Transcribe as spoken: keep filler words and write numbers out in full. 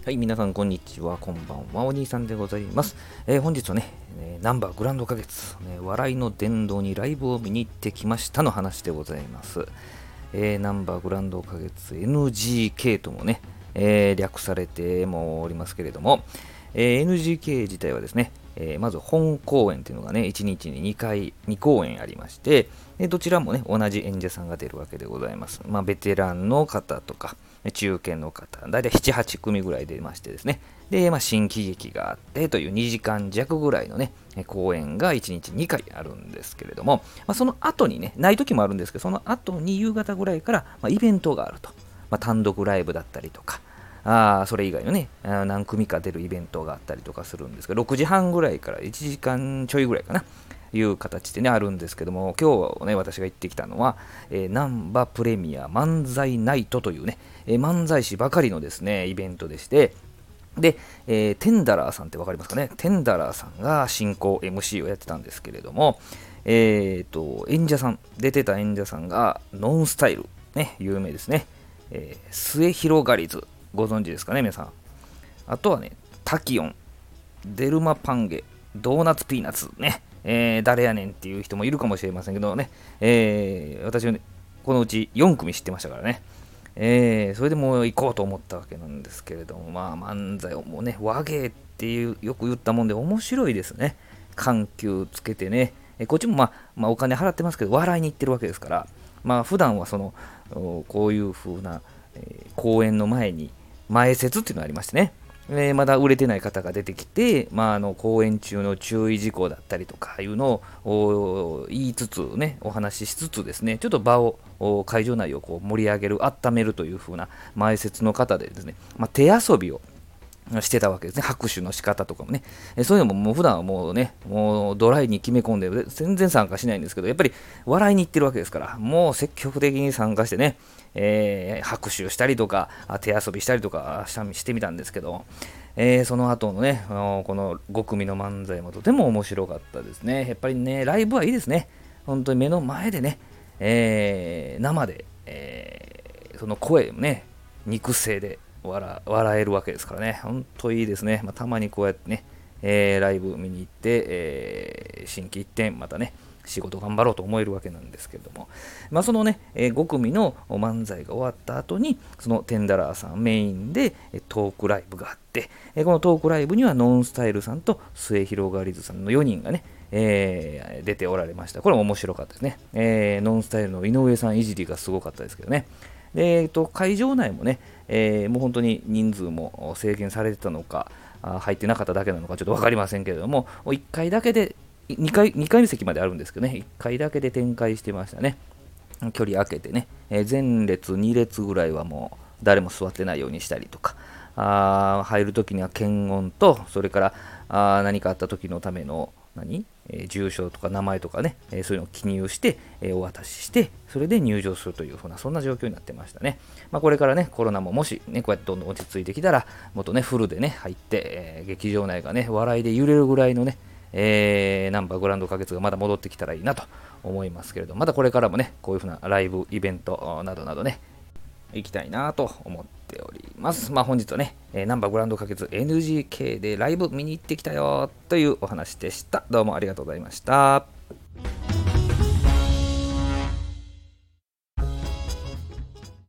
はい、皆さんこんにちは、こんばんは、お兄さんでございます。えー本日はね、えーナンバーグランド花月、ね、笑いの殿堂にライブを見に行ってきましたの話でございます。えーナンバーグランド花月 エヌジーケー ともね、えー略されてもおりますけれども、えー エヌジーケー 自体はですね、えーまず本公演というのがね、いちにちににかい、に公演ありまして、でどちらもね、同じ演者さんが出るわけでございます。まあ、ベテランの方とか、中堅の方、だいたいなな、はち組ぐらい出ましてですね、で、まあ、新喜劇があってというにじかん弱ぐらいのね、公演がいちにちにかいあるんですけれども、まあ、その後にね、ない時もあるんですけど、その後に夕方ぐらいから、まあ、イベントがあると。まあ、単独ライブだったりとか、あそれ以外のね、何組か出るイベントがあったりとかするんですけど、ろくじはんぐらいからいちじかんちょいぐらいかな、いう形でね、あるんですけども、今日ね、私が行ってきたのは、えー、ナンバプレミア漫才ナイトというね、えー漫才師ばかりのですね、イベントでして、で、えーテンダラーさんってわかりますかね。テンダラーさんが進行 エムシー をやってたんですけれども、えーと、演者さん、出てた演者さんが、ノンスタイル、ね、有名ですね。えー、末広がりず、ご存知ですかね、皆さん。あとはね、タキオン、デルマパンゲ、ドーナツピーナッツ、ね、えー誰やねんっていう人もいるかもしれませんけどね、えー私はね、このうちよん組知ってましたからね、えーそれでもう行こうと思ったわけなんですけれども、まあ漫才をもうね、和芸っていうよく言ったもんで面白いですね。緩急つけてね、えこっちもまあ、まあ、お金払ってますけど、笑いに行ってるわけですから、まあ普段はその、こういう風な、えー公演の前に前説っていうのがありましてね、えーまだ売れてない方が出てきて、まあ、あの公演中の注意事項だったりとかいうのを言いつつね、お話ししつつですね、ちょっと場を、会場内をこう盛り上げる、温めるという風な前説の方でですね、まあ、手遊びをしてたわけですね。拍手の仕方とかもね。えそういうのももう普段はもうね、もうドライに決め込んで全然参加しないんですけど、やっぱり笑いに行ってるわけですから、もう積極的に参加してね、えー拍手をしたりとか、手遊びしたりとかしてみたんですけど、えーその後のね、あのこのご組の漫才もとても面白かったですね。やっぱりね、ライブはいいですね。本当に目の前でね、えー生で、えーその声もね、肉声で笑笑えるわけですからね、本当いいですね。まあ、たまにこうやってね、えーライブ見に行って、えー心機一転、またね、仕事頑張ろうと思えるわけなんですけれども、まあ、そのね、えーご組の漫才が終わった後に、そのテンダラーさんメインでえートークライブがあって、えーこのトークライブにはノンスタイルさんと末広がりずさんのよにんがね、えー出ておられました。これも面白かったですね。えーノンスタイルの井上さんいじりがすごかったですけどね。で、えーと、会場内もね、えーもう本当に人数も制限されてたのか、あ入ってなかっただけなのかちょっと分かりませんけれども、いっかいだけで、2階、にかい席まであるんですけどね、いっかいだけで展開してましたね。距離空けてね、えー前列に列ぐらいはもう誰も座ってないようにしたりとか、あー入るときには検温と、それからあー何かあった時のための何、えー住所とか名前とかね、えーそういうのを記入して、えーお渡しして、それで入場するというふうな、そんな状況になってましたね。まあ、これからね、コロナももしね、こうやってどんどん落ち着いてきたら、もっとね、フルでね、入って、えー劇場内がね、笑いで揺れるぐらいのね、えー、ナンバーグランド花月がまだ戻ってきたらいいなと思いますけれど、またこれからもね、こういうふうなライブイベントなどなどね、行きたいなと思っております。まあ本日はね、えーナンバーグランド花月 エヌジーケー でライブ見に行ってきたよというお話でした。どうもありがとうございました。